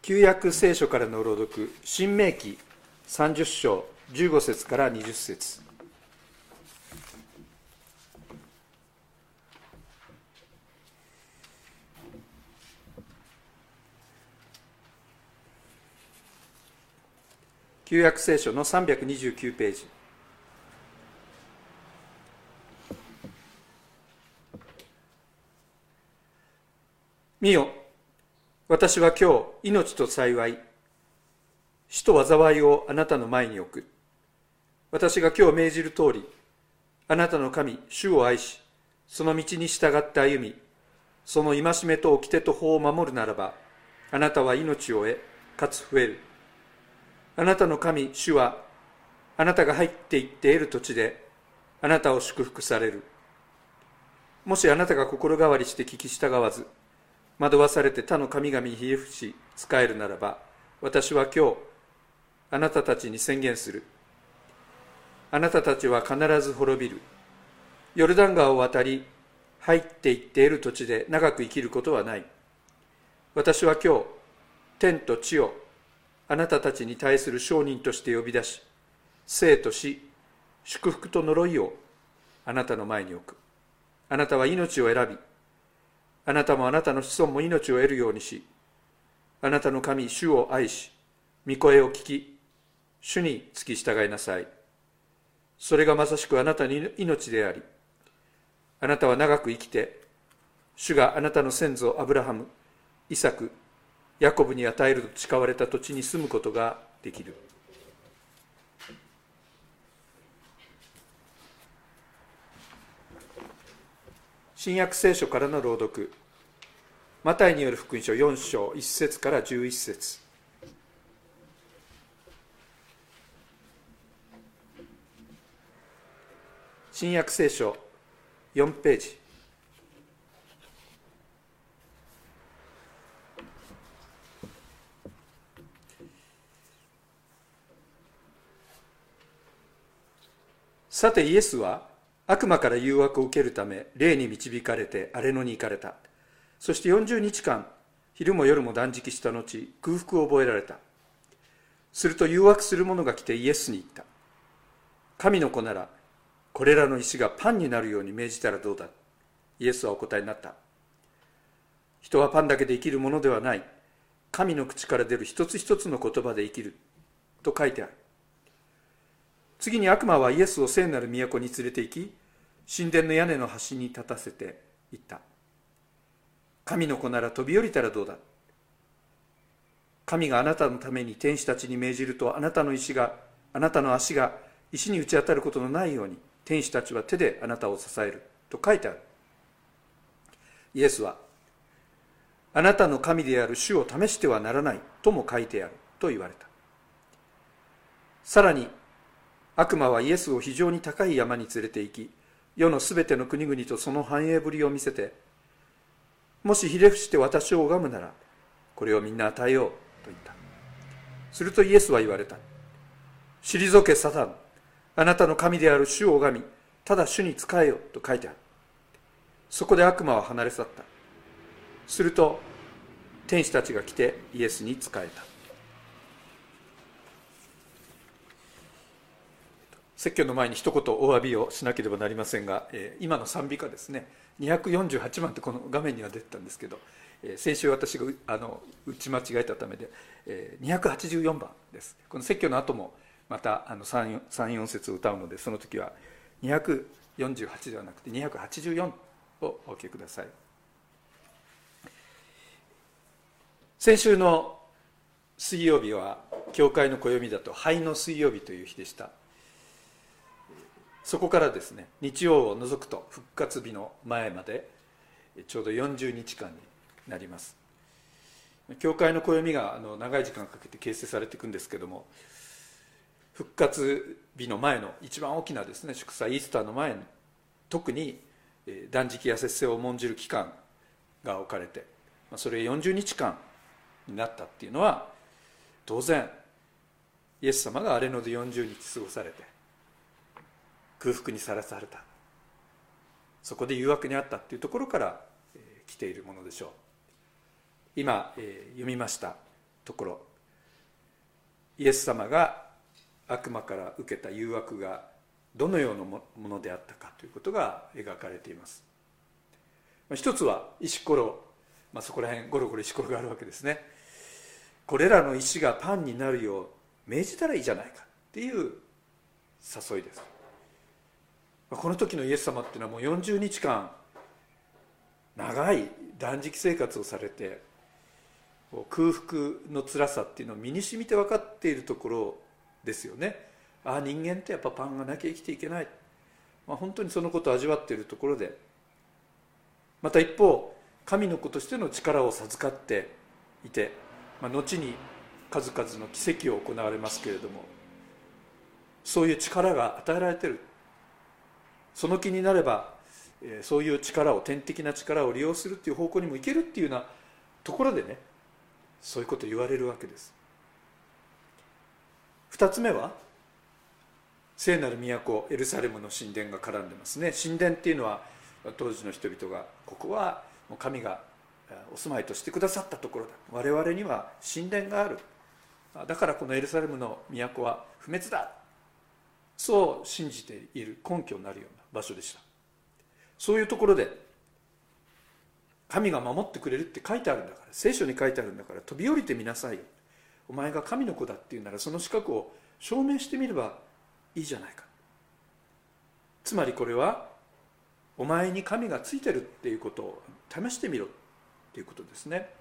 旧約聖書からの朗読、新明記30章15節から20節。旧約聖書の329ページ。見よ、私は今日、命と幸い、死と災いをあなたの前に置く。私が今日命じる通り、あなたの神、主を愛し、その道に従って歩み、その戒めと掟と法を守るならば、あなたは命を得、かつ増える。あなたの神、主は、あなたが入っていって得る土地で、あなたを祝福される。もしあなたが心変わりして聞き従わず、惑わされて他の神々にひれ伏し仕えるならば、私は今日、あなたたちに宣言する。あなたたちは必ず滅びる。ヨルダン川を渡り、入っていって得る土地で長く生きることはない。私は今日、天と地をあなたたちに対する証人として呼び出し、生と死、祝福と呪いをあなたの前に置く。あなたは命を選び、あなたもあなたの子孫も命を得るようにし、あなたの神、主を愛し、御声を聞き、主に付き従いなさい。それがまさしくあなたの命であり、あなたは長く生きて、主があなたの先祖アブラハム、イサク、ヤコブに与えると誓われた土地に住むことができる。新約聖書からの朗読、マタイによる福音書4章1節から11節。新約聖書4ページ。さてイエスは悪魔から誘惑を受けるため霊に導かれて荒れ野に行かれた。そして40日間昼も夜も断食した後、空腹を覚えられた。すると誘惑する者が来てイエスに言った。神の子ならこれらの石がパンになるように命じたらどうだ。イエスはお答えになった。人はパンだけで生きるものではない。神の口から出る一つ一つの言葉で生きると書いてある。次に悪魔はイエスを聖なる都に連れて行き、神殿の屋根の端に立たせて言った。神の子なら飛び降りたらどうだ。神があなたのために天使たちに命じると、あなたの足が石に打ち当たることのないように、天使たちは手であなたを支えると書いてある。イエスは、あなたの神である主を試してはならないとも書いてあると言われた。さらに、悪魔はイエスを非常に高い山に連れて行き、世のすべての国々とその繁栄ぶりを見せて、もしひれ伏して私を拝むなら、これをみんな与えようと言った。するとイエスは言われた。退けサタン、あなたの神である主を拝み、ただ主に仕えよと書いてある。そこで悪魔は離れ去った。すると天使たちが来てイエスに仕えた。説教の前に一言お詫びをしなければなりませんが、今の賛美歌ですね、248番ってこの画面には出てたんですけど、先週私が打ち間違えたためで、284番です。この説教の後もまた3、4節を歌うので、その時は248ではなくて284をお受けください。先週の水曜日は教会の暦だと灰の水曜日という日でした。そこからですね、日曜を除くと復活日の前までちょうど40日間になります。教会の暦が長い時間かけて形成されていくんですけども、復活日の前の一番大きなですね、祝祭イースターの前に特に断食や節制を重んじる期間が置かれて、それ40日間になったっていうのは、当然イエス様が荒れ野で40日過ごされて空腹にさらされた、そこで誘惑にあったっていうところから来ているものでしょう。今読みましたところ、イエス様が悪魔から受けた誘惑がどのようなものであったかということが描かれています。一つは石ころ、そこら辺ゴロゴロ石ころがあるわけですね。これらの石がパンになるよう命じたらいいじゃないかっていう誘いです。この時のイエス様っていうのはもう40日間長い断食生活をされて、空腹の辛さっていうのを身に染みて分かっているところですよね。人間ってやっぱパンがなきゃ生きていけない、本当にそのことを味わっているところで、また一方神の子としての力を授かっていて、後に数々の奇跡を行われますけれども、そういう力が与えられている。その気になればそういう力を、天的な力を利用するっていう方向にもいけるっていうようなところでね、そういうことを言われるわけです。二つ目は聖なる都エルサレムの神殿が絡んでますね。神殿っていうのは当時の人々が、ここは神がお住まいとしてくださったところだ、我々には神殿がある、だからこのエルサレムの都は不滅だ、そう信じている根拠になるような場所でした。そういうところで神が守ってくれるって書いてあるんだから、聖書に書いてあるんだから飛び降りてみなさいよ、お前が神の子だっていうならその資格を証明してみればいいじゃないか。つまりこれはお前に神がついてるっていうことを試してみろっていうことですね。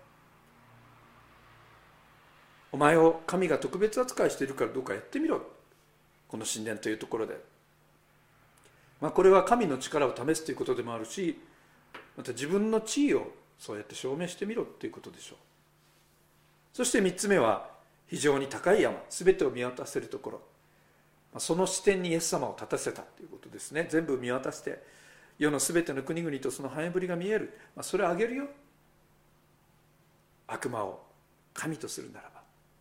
お前を神が特別扱いしているからどうかやってみろ、この神殿というところで。これは神の力を試すということでもあるし、また自分の地位をそうやって証明してみろということでしょう。そして3つ目は非常に高い山、すべてを見渡せるところ、その視点にイエス様を立たせたということですね。全部見渡して世のすべての国々とその繁栄ぶりが見える、それをあげるよ、悪魔を神とするなら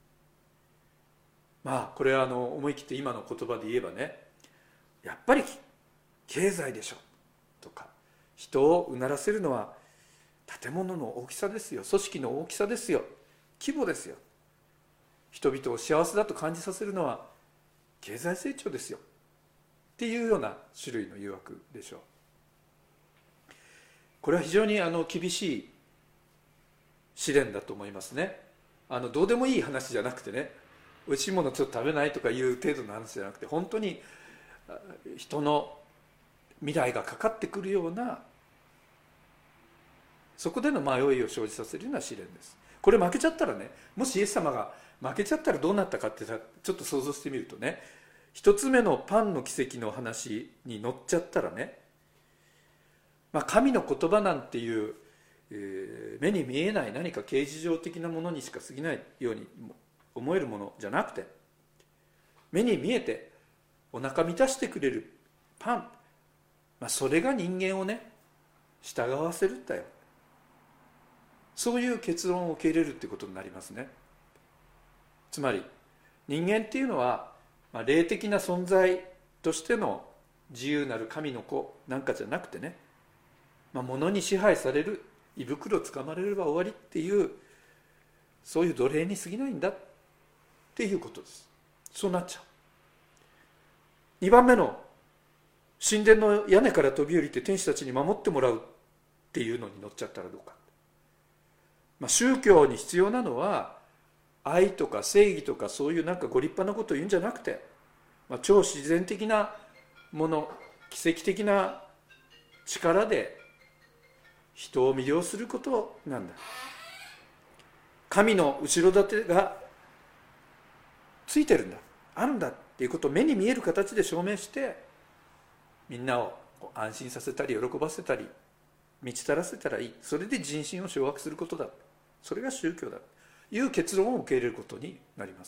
ば。これは思い切って今の言葉で言えばね、やっぱり経済でしょとか、人をうならせるのは建物の大きさですよ、組織の大きさですよ、規模ですよ、人々を幸せだと感じさせるのは経済成長ですよっていうような種類の誘惑でしょう。これは非常に厳しい試練だと思いますね。どうでもいい話じゃなくてね、おいしいものちょっと食べないとかいう程度の話じゃなくて、本当に人の未来がかかってくるような、そこでの迷いを生じさせるような試練です。これ負けちゃったらね、もしイエス様が負けちゃったらどうなったかってちょっと想像してみるとね、一つ目のパンの奇跡の話に乗っちゃったらね、神の言葉なんていう、目に見えない何か形而上的なものにしか過ぎないように思えるものじゃなくて、目に見えてお腹満たしてくれるパン、それが人間をね従わせるんだよ、そういう結論を受け入れるっていうことになりますね。つまり人間っていうのは、霊的な存在としての自由なる神の子なんかじゃなくてね、物に支配される、胃袋をつかまれれば終わりっていう、そういう奴隷に過ぎないんだっていうことです。そうなっちゃう。2番目の神殿の屋根から飛び降りて天使たちに守ってもらうっていうのに乗っちゃったらどうか。宗教に必要なのは愛とか正義とか、そういうご立派なことを言うんじゃなくて、超自然的なもの、奇跡的な力で人を魅了することなんだ。神の後ろ盾がついてるんだ、あるんだっていうことを目に見える形で証明して、みんなを安心させたり喜ばせたり満ち足らせたらいい。それで人心を掌握することだ、それが宗教だという結論を受け入れることになります。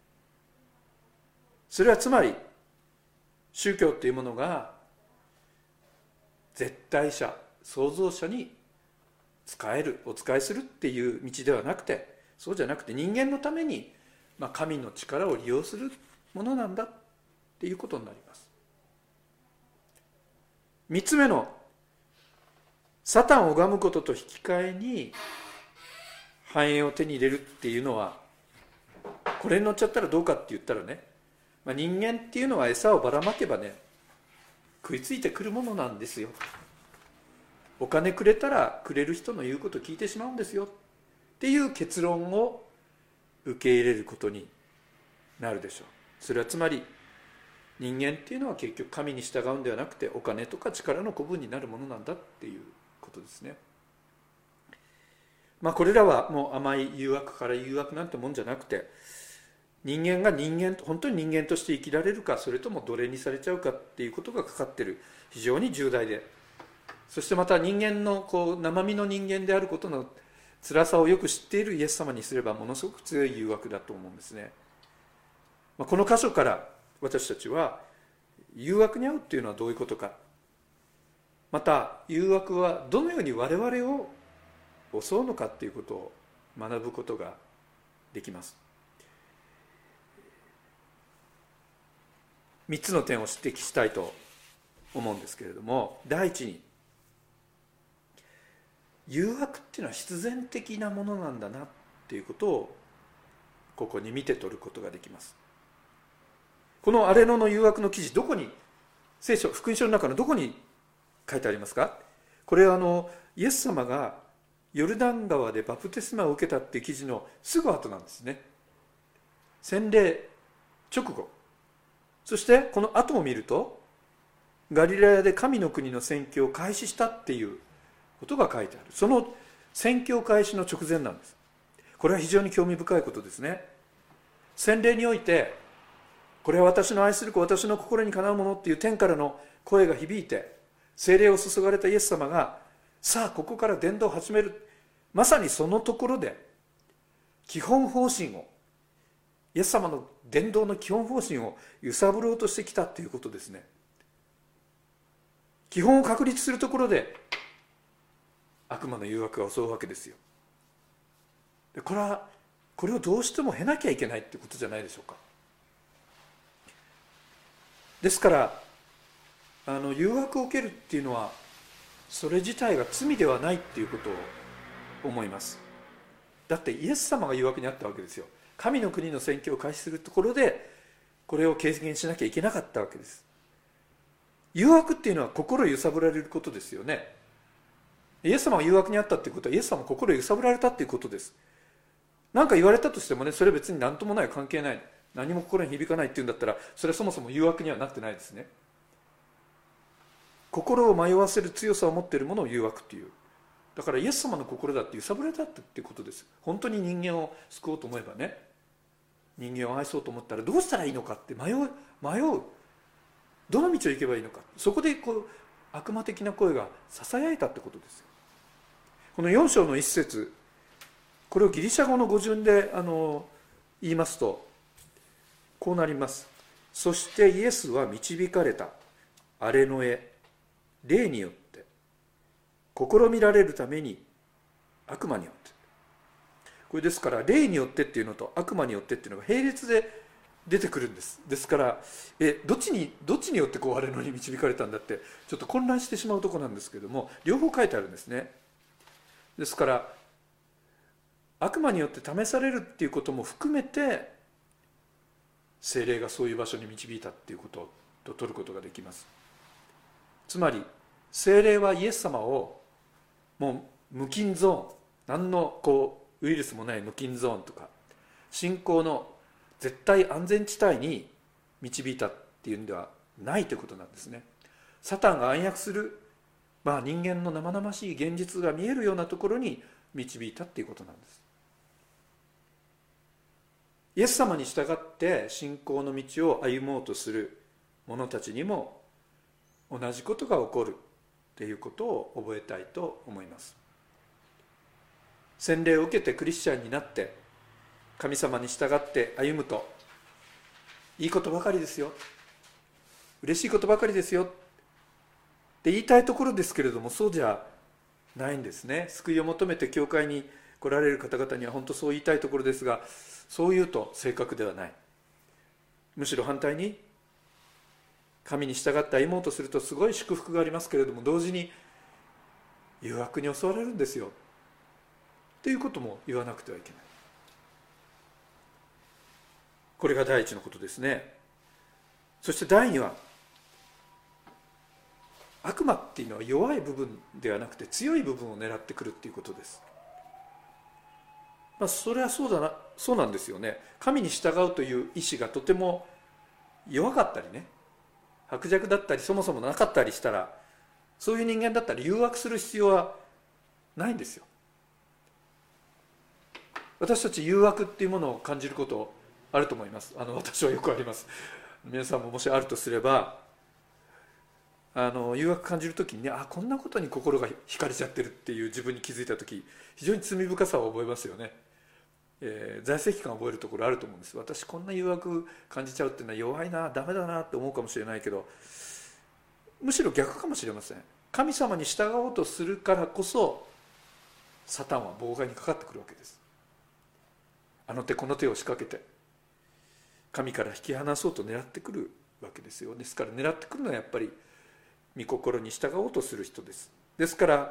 それはつまり宗教というものが絶対者、創造者にお仕えするっていう道ではなくて、そうじゃなくて人間のために神の力を利用するものなんだっていうことになります。3つ目のサタンを拝むことと引き換えに繁栄を手に入れるっていうのは、これに乗っちゃったらどうかって言ったらね、人間っていうのは餌をばらまけばね、食いついてくるものなんですよ。お金くれたらくれる人の言うことを聞いてしまうんですよっていう結論を受け入れることになるでしょう。それはつまり人間っていうのは結局神に従うんではなくて、お金とか力の子分になるものなんだっていうことですね。これらはもう甘い誘惑から誘惑なんてもんじゃなくて、人間が本当に人間として生きられるか、それとも奴隷にされちゃうかっていうことがかかっている非常に重大で、そしてまた人間の生身の人間であることの辛さをよく知っているイエス様にすればものすごく強い誘惑だと思うんですね。この箇所から私たちは誘惑に遭うっていうのはどういうことか、また誘惑はどのように我々を襲うのかっていうことを学ぶことができます。3つの点を指摘したいと思うんですけれども、第一に、誘惑っていうのは必然的なものなんだなっていうことをここに見て取ることができます。この荒野の誘惑の記事、どこに、福音書の中のどこに書いてありますか？これはイエス様がヨルダン川でバプテスマを受けたっていう記事のすぐ後なんですね。洗礼直後。そしてこの後を見ると、ガリラヤで神の国の宣教を開始したっていうことが書いてある。その宣教開始の直前なんです。これは非常に興味深いことですね。洗礼において、これは私の愛する子、私の心にかなうものっていう天からの声が響いて、聖霊を注がれたイエス様が、さあここから伝道を始める、まさにそのところで基本方針を、イエス様の伝道の基本方針を揺さぶろうとしてきたということですね。基本を確立するところで悪魔の誘惑が襲うわけですよ。これをどうしても経なきゃいけないということじゃないでしょうか。ですから誘惑を受けるっていうのはそれ自体が罪ではないっていうことを思います。だってイエス様が誘惑にあったわけですよ。神の国の宣教を開始するところでこれを経験しなきゃいけなかったわけです。誘惑っていうのは心を揺さぶられることですよね。イエス様が誘惑にあったっていうことはイエス様が心を揺さぶられたっていうことです。何か言われたとしてもね、それ別に何ともない、関係ない、何も心に響かないっていうんだったら、それはそもそも誘惑にはなってないですね。心を迷わせる強さを持っているものを誘惑っていう。だからイエス様の心だって揺さぶられたってことです。本当に人間を救おうと思えばね、人間を愛そうと思ったらどうしたらいいのかって迷う。どの道を行けばいいのか。そこで悪魔的な声がささやいたってことですよ。この4章の一節、これをギリシャ語の語順で言いますとこうなります。そしてイエスは導かれた荒れの絵、霊によって試みられるために悪魔によって。これですから霊によってっていうのと悪魔によってっていうのが並列で出てくるんです。ですからどっちによって荒れのに導かれたんだってちょっと混乱してしまうところなんですけども、両方書いてあるんですね。ですから悪魔によって試されるっていうことも含めて聖霊がそういう場所に導いたっていうことと取ることができます。つまり聖霊はイエス様をもう無菌ゾーン、何のウイルスもない無菌ゾーンとか信仰の絶対安全地帯に導いたっていうんではないということなんですね。サタンが暗躍する、人間の生々しい現実が見えるようなところに導いたっていうことなんです。イエス様に従って信仰の道を歩もうとする者たちにも同じことが起こるということを覚えたいと思います。洗礼を受けてクリスチャンになって神様に従って歩むといいことばかりですよ、嬉しいことばかりですよって言いたいところですけれども、そうじゃないんですね。救いを求めて教会に来られる方々には本当そう言いたいところですが、そう言うと正確ではない。むしろ反対に神に従って歩もうとするとすごい祝福がありますけれども、同時に誘惑に襲われるんですよっということも言わなくてはいけない。これが第一のことですね。そして第二は、悪魔っていうのは弱い部分ではなくて強い部分を狙ってくるっていうことです。それはそうなんですよね。神に従うという意志がとても弱かったりね、薄弱だったりそもそもなかったりしたら、そういう人間だったら誘惑する必要はないんですよ。私たち誘惑っていうものを感じることあると思います。私はよくあります。皆さんももしあるとすれば、誘惑感じるときにね、こんなことに心が惹かれちゃってるっていう自分に気づいたとき、非常に罪深さを覚えますよね。在籍感を覚えるところあると思うんです。私こんな誘惑感じちゃうっていうのは弱いな、ダメだなって思うかもしれないけど、むしろ逆かもしれません。神様に従おうとするからこそサタンは妨害にかかってくるわけです。あの手この手を仕掛けて神から引き離そうと狙ってくるわけですよ。ですから狙ってくるのはやっぱり御心に従おうとする人です。ですから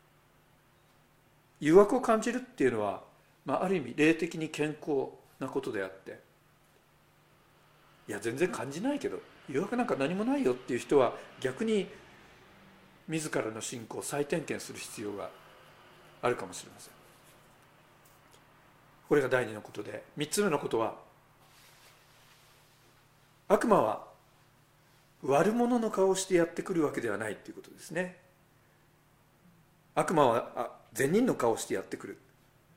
誘惑を感じるっていうのは、ある意味霊的に健康なことであって、いや全然感じないけど誘惑なんか何もないよっていう人は逆に自らの信仰を再点検する必要があるかもしれません。これが第二のことで、三つ目のことは、悪魔は悪者の顔をしてやってくるわけではないということですね。悪魔は善人の顔をしてやってくる。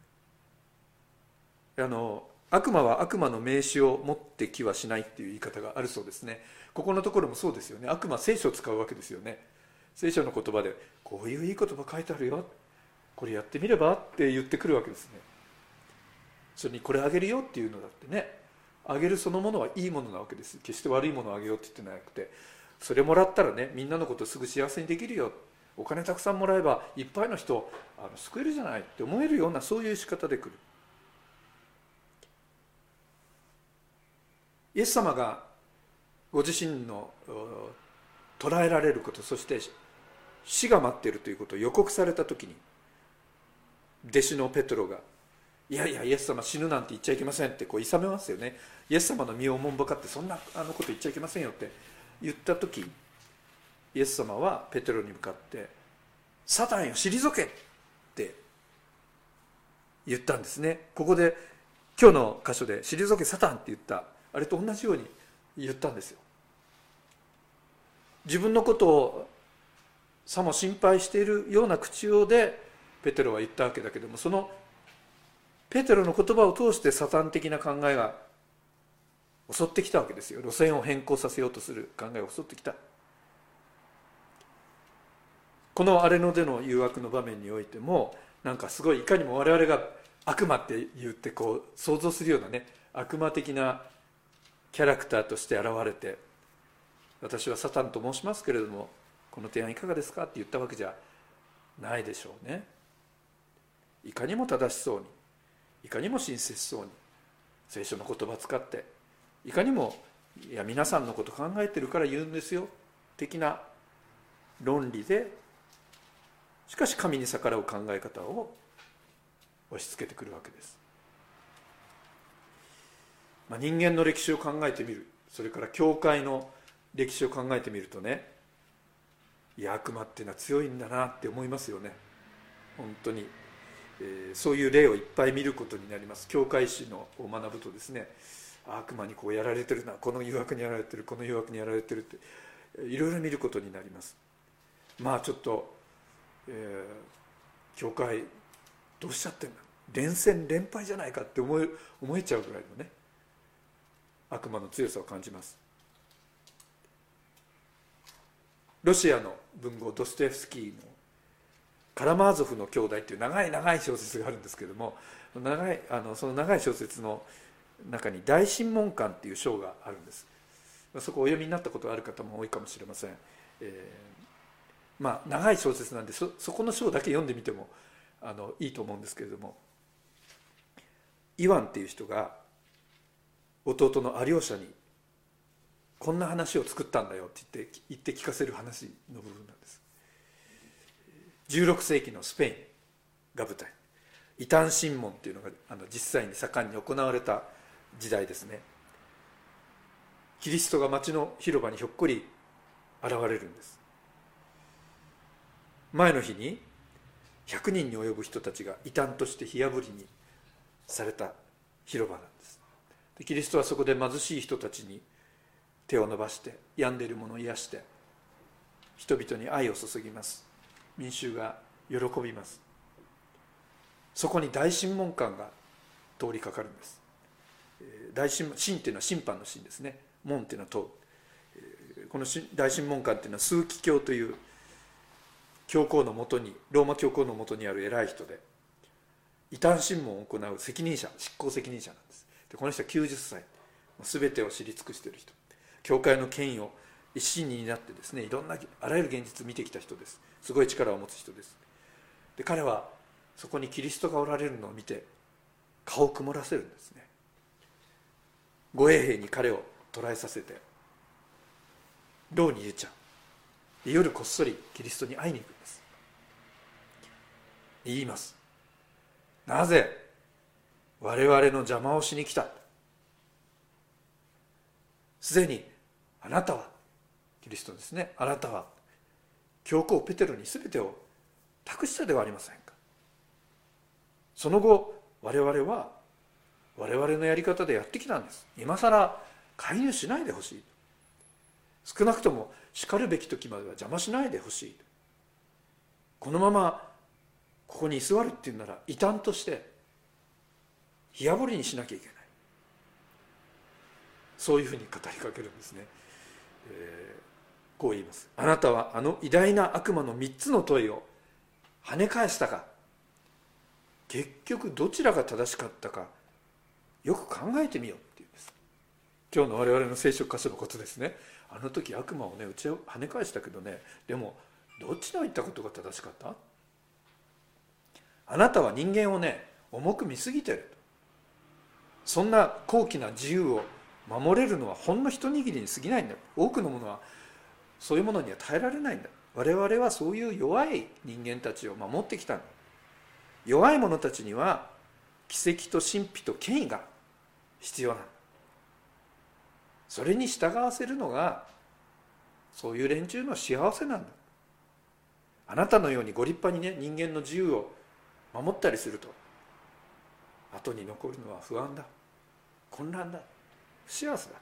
悪魔は悪魔の名詞を持ってきはしないっていう言い方があるそうですね。ここのところもそうですよね。悪魔は聖書を使うわけですよね。聖書の言葉でこういういい言葉書いてあるよ、これやってみればって言ってくるわけですね。それにこれあげるよっていうのだってね、あげるそのものはいいものなわけです。決して悪いものをあげようって言ってなくて、それもらったらね、みんなのことすぐ幸せにできるよ、お金たくさんもらえばいっぱいの人を救えるじゃないって思えるような、そういう仕方で来る。イエス様がご自身の捕らえられること、そして死が待っているということを予告された時に、弟子のペトロがいやいやイエス様死ぬなんて言っちゃいけませんっていさめますよね。イエス様の身をおもんばかってそんなこと言っちゃいけませんよって言った時、イエス様はペテロに向かってサタンよ退けって言ったんですね。ここで今日の箇所で退けサタンって言ったあれと同じように言ったんですよ。自分のことをさも心配しているような口調でペテロは言ったわけだけども、そのペテロの言葉を通してサタン的な考えが襲ってきたわけですよ。路線を変更させようとする考えが襲ってきた。この荒れ野での誘惑の場面においても、なんかすごいいかにも我々が悪魔って言って想像するようなね、悪魔的なキャラクターとして現れて、私はサタンと申しますけれどもこの提案いかがですかって言ったわけじゃないでしょうね。いかにも正しそうに、いかにも親切そうに聖書の言葉を使って、いかにもいや皆さんのこと考えてるから言うんですよ的な論理で、しかし神に逆らう考え方を押し付けてくるわけです。人間の歴史を考えてみる、それから教会の歴史を考えてみるとね、いや悪魔っていうのは強いんだなって思いますよね。本当に、そういう例をいっぱい見ることになります。教会史を学ぶとですね、悪魔にやられてるな、この誘惑にやられてる、この誘惑にやられてるっていろいろ見ることになります。ちょっと、教会どうしちゃってんだ、連戦連敗じゃないかって思えちゃうぐらいのね、悪魔の強さを感じます。ロシアの文豪ドストエフスキーのカラマーゾフの兄弟っていう長い長い小説があるんですけれども、その長い小説の中に大審問官っていう章があるんです。そこをお読みになったことがある方も多いかもしれません。長い小説なんで そこの章だけ読んでみてもいいと思うんですけれども、イワンっていう人が弟のアリョーシャにこんな話を作ったんだよって言って聞かせる話の部分なんです。16世紀のスペインが舞台。 異端審問っていうのが実際に盛んに行われた時代ですね。キリストが町の広場にひょっこり現れるんです。前の日に100人に及ぶ人たちが異端として火あぶりにされた広場なんです。でキリストはそこで貧しい人たちに手を伸ばして病んでいる者を癒して人々に愛を注ぎます。民衆が喜びます。そこに大審問官が通りかかるんです。審っていうのは審判の審ですね。門っていうのは問う。この大審問官っていうのは枢機卿という教皇のもとに、ローマ教皇のもとにある偉い人で、異端審問を行う責任者、執行責任者なんです。でこの人は90歳、全てを知り尽くしている人、教会の権威を一身に担ってですね、いろんなあらゆる現実を見てきた人です。すごい力を持つ人です。で彼はそこにキリストがおられるのを見て顔を曇らせるんですね。護衛兵に彼を捕らえさせて牢に入れちゃう。で夜こっそりキリストに会いに行くんです。言います。なぜ我々の邪魔をしに来た。すでにあなたは、キリストですね、あなたは教皇ペテロに全てを託したではありませんか。その後我々は我々のやり方でやってきたんです。今さら介入しないでほしい。少なくともしかるべき時までは邪魔しないでほしい。このままここに居座るっていうなら異端として火あぶりにしなきゃいけない。そういうふうに語りかけるんですね。こう言います。あなたはあの偉大な悪魔の3つの問いを跳ね返したか。結局どちらが正しかったかよく考えてみようって言うんです。今日の我々の聖書箇所のことですね。あの時悪魔をね跳ね返したけどね、でもどっちの言ったことが正しかった。あなたは人間をね重く見すぎてる。そんな高貴な自由を守れるのはほんの一握りに過ぎないんだ。多くのものはそういうものには耐えられないんだ。我々はそういう弱い人間たちを守ってきたんだ。弱い者たちには奇跡と神秘と権威が必要なんだ。それに従わせるのがそういう連中の幸せなんだ。あなたのようにご立派にね人間の自由を守ったりすると後に残るのは不安だ、混乱だ、不幸せだ。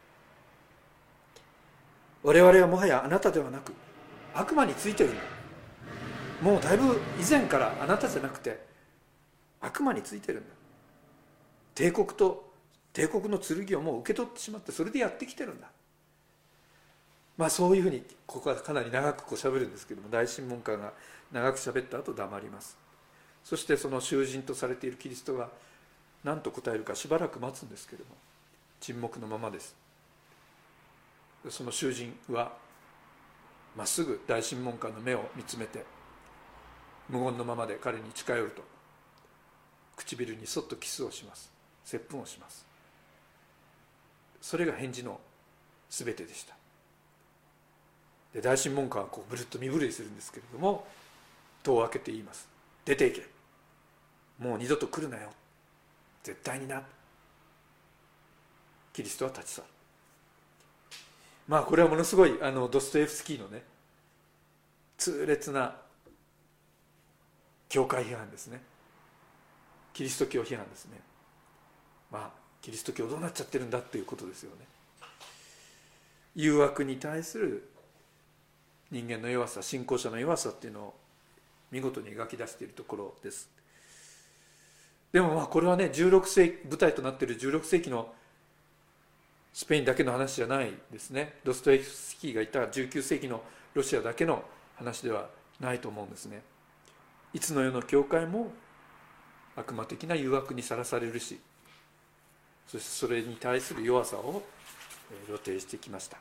我々はもはやあなたではなく悪魔についてるんだ。もうだいぶ以前からあなたじゃなくて悪魔についてるんだ。帝国の剣をもう受け取ってしまってそれでやってきてるんだ。そういうふうにここはかなり長くしゃべるんですけども、大審問官が長くしゃべった後黙ります。そしてその囚人とされているキリストが何と答えるかしばらく待つんですけれども沈黙のままです。その囚人はまっすぐ大審問官の目を見つめて無言のままで彼に近寄ると唇にそっとキスをします。接吻をします。それが返事のすべてでした。で大審問官はブルッと身震いするんですけれども戸を開けて言います。出ていけ、もう二度と来るなよ、絶対にな。キリストは立ち去る。これはものすごいドストエフスキーのね痛烈な教会批判ですね。キリスト教批判ですね。キリスト教どうなっちゃってるんだっていうことですよね。誘惑に対する人間の弱さ、信仰者の弱さっていうのを見事に描き出しているところです。でもこれはね16世紀舞台となっている16世紀のスペインだけの話じゃないですね。ドストエフスキーがいた19世紀のロシアだけの話ではないと思うんですね。いつの世の教会も悪魔的な誘惑にさらされるし、そしてそれに対する弱さを露呈してきました。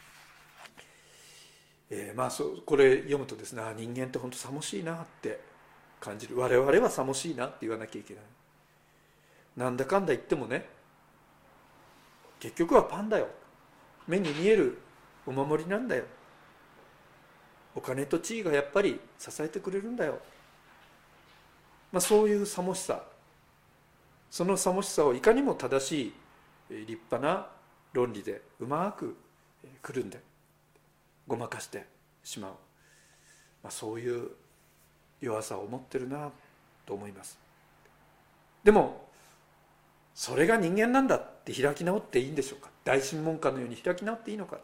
これ読むとですね、人間って本当寂しいなって感じる。我々は寂しいなって言わなきゃいけない。なんだかんだ言ってもね、結局はパンだよ、目に見えるお守りなんだよ、お金と地位がやっぱり支えてくれるんだよ。 そういうさもしさ、そのさもしさをいかにも正しい立派な論理でうまくくるんでごまかしてしまう、そういう弱さを持ってるなと思います。でもそれが人間なんだって開き直っていいんでしょうか。大神門下のように開き直っていいのか。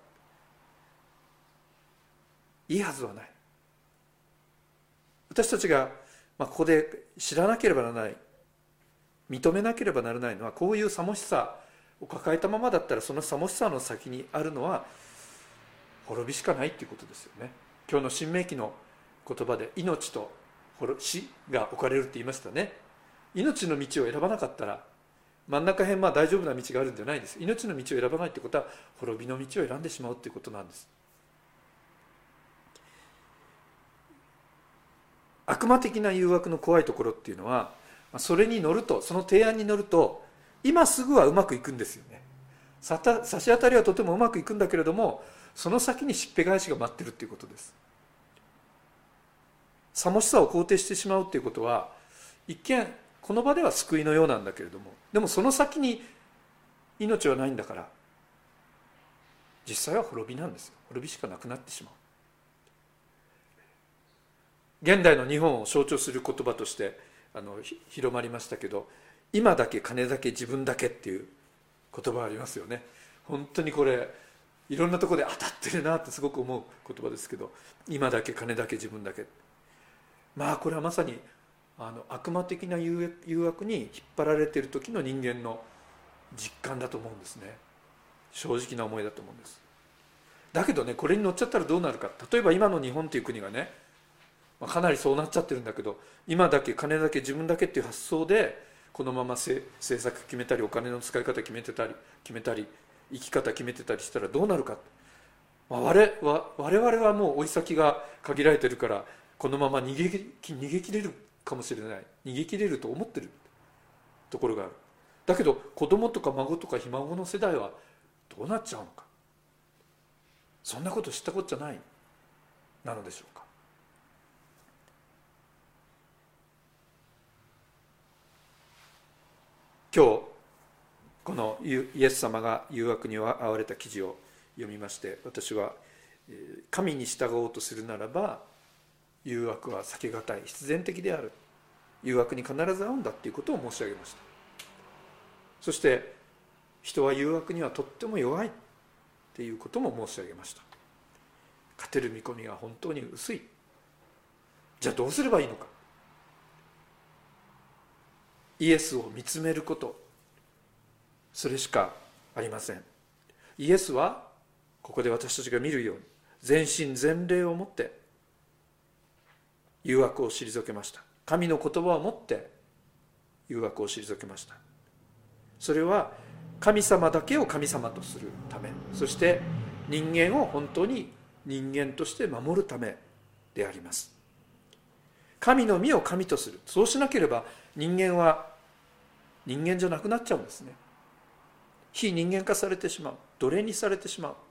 いいはずはない。私たちがここで知らなければならない、認めなければならないのは、こういうさもしさを抱えたままだったら、そのさもしさの先にあるのは滅びしかないっていうことですよね。今日の新明記の言葉で命と死が置かれるって言いましたね。命の道を選ばなかったら、真ん中辺大丈夫な道があるんじゃないです。命の道を選ばないってことは滅びの道を選んでしまうっていうことなんです。悪魔的な誘惑の怖いところっていうのは、それに乗ると、その提案に乗ると、今すぐはうまくいくんですよね。差し当たりはとてもうまくいくんだけれども、その先にしっぺ返しが待ってるっていうことです。さもしさを肯定してしまうっていうことは、一見この場では救いのようなんだけれども、でもその先に命はないんだから、実際は滅びなんですよ。滅びしかなくなってしまう。現代の日本を象徴する言葉として広まりましたけど、今だけ金だけ自分だけっていう言葉ありますよね。本当にこれいろんなところで当たってるなってすごく思う言葉ですけど、今だけ金だけ自分だけ、これはまさに悪魔的な誘惑に引っ張られている時の人間の実感だと思うんですね。正直な思いだと思うんです。だけどね、これに乗っちゃったらどうなるか。例えば今の日本という国がね、かなりそうなっちゃってるんだけど、今だけ金だけ自分だけっていう発想でこのまま政策決めたり、お金の使い方決めたり生き方決めてたりしたらどうなるか。我々はもう追い先が限られてるから、このまま逃げ切れるかもしれない、逃げ切れると思ってるところがある。だけど子供とか孫とかひ孫の世代はどうなっちゃうのか。そんなこと知ったことじゃないなのでしょうか。今日このイエス様が誘惑に遭われた記事を読みまして、私は神に従おうとするならば誘惑は避けがたい、必然的である、誘惑に必ず遭うんだということを申し上げました。そして人は誘惑にはとっても弱いっていうことも申し上げました。勝てる見込みが本当に薄い。じゃあどうすればいいのか。イエスを見つめること、それしかありません。イエスはここで私たちが見るように全身全霊をもって誘惑を退けました。神の言葉をもって誘惑を退けました。それは神様だけを神様とするため、そして人間を本当に人間として守るためであります。神の御を神とする。そうしなければ人間は人間じゃなくなっちゃうんですね。非人間化されてしまう、奴隷にされてしまう。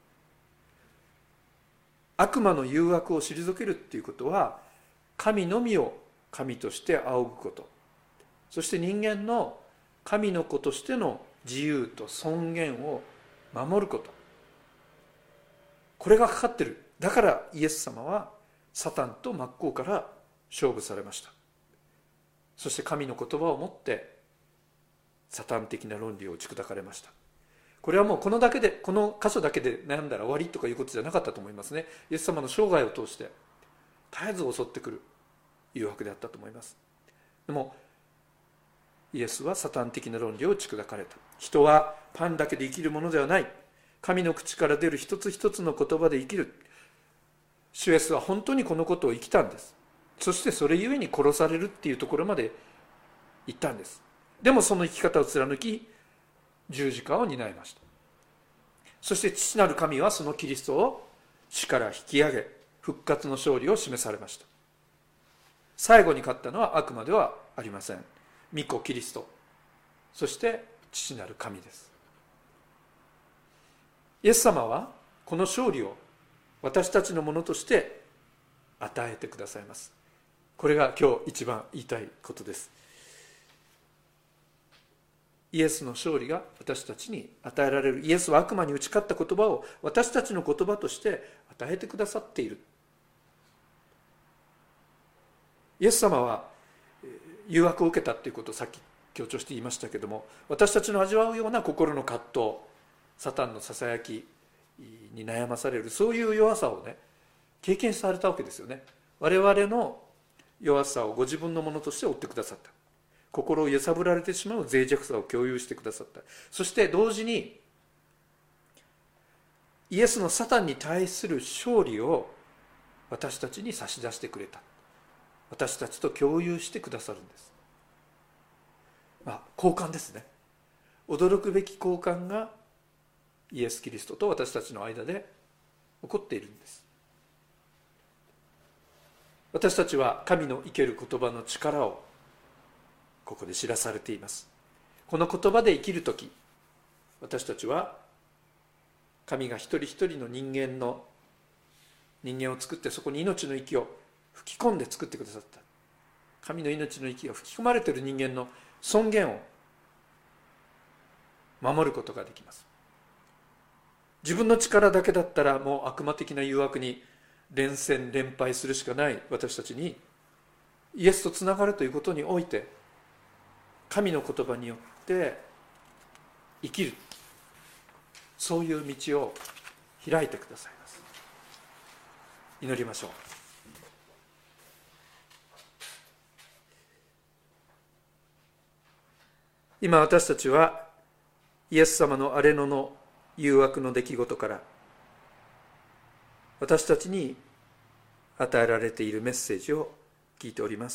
悪魔の誘惑を退けるっていうことは、神のみを神として仰ぐこと、そして人間の神の子としての自由と尊厳を守ること、これがかかってる。だからイエス様はサタンと真っ向から勝負されました。そして神の言葉をもってサタン的な論理を打ち砕かれました。これはもうこの箇所だけで悩んだら終わりとかいうことじゃなかったと思いますね。イエス様の生涯を通して絶えず襲ってくる誘惑であったと思います。でもイエスはサタン的な論理を打ち砕かれた。人はパンだけで生きるものではない。神の口から出る一つ一つの言葉で生きる。主イエスは本当にこのことを生きたんです。そしてそれゆえに殺されるっていうところまで行ったんです。でもその生き方を貫き十字架を担いました。そして父なる神はそのキリストを死から引き上げ、復活の勝利を示されました。最後に勝ったのは悪魔ではありません。御子キリスト、そして父なる神です。イエス様はこの勝利を私たちのものとして与えてくださいます。 これが今日一番言いたいことです。イエスの勝利が私たちに与えられる。イエスは悪魔に打ち勝った言葉を私たちの言葉として与えてくださっている。イエス様は誘惑を受けたということをさっき強調して言いましたけれども、私たちの味わうような心の葛藤、サタンのささやきに悩まされる、そういう弱さをね、経験されたわけですよね。我々の弱さをご自分のものとして負ってくださった。心を揺さぶられてしまう脆弱さを共有してくださった。そして同時にイエスのサタンに対する勝利を私たちに差し出してくれた。私たちと共有してくださるんです。交換ですね。驚くべき交換がイエス・キリストと私たちの間で起こっているんです。私たちは神の生ける言葉の力をここで知らされています。この言葉で生きるとき、私たちは神が一人一人の人間を作って、そこに命の息を吹き込んで作ってくださった。神の命の息が吹き込まれている人間の尊厳を守ることができます。自分の力だけだったらもう悪魔的な誘惑に連戦連敗するしかない私たちに、イエスとつながるということにおいて神の言葉によって生きる、そういう道を開いてくださいます。祈りましょう。今私たちはイエス様の荒野の誘惑の出来事から私たちに与えられているメッセージを聞いております。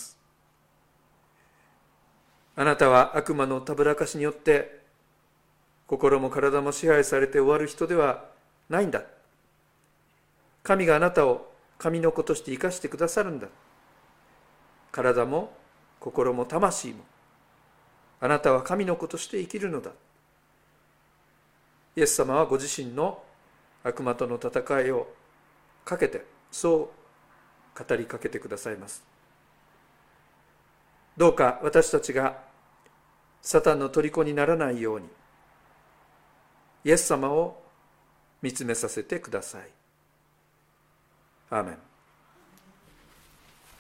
あなたは悪魔のたぶらかしによって心も体も支配されて終わる人ではないんだ。神があなたを神の子として生かしてくださるんだ。体も心も魂もあなたは神の子として生きるのだ。イエス様はご自身の悪魔との戦いをかけて、そう語りかけてくださいます。どうか私たちがサタンの虜にならないように、イエス様を見つめさせてください。アーメン。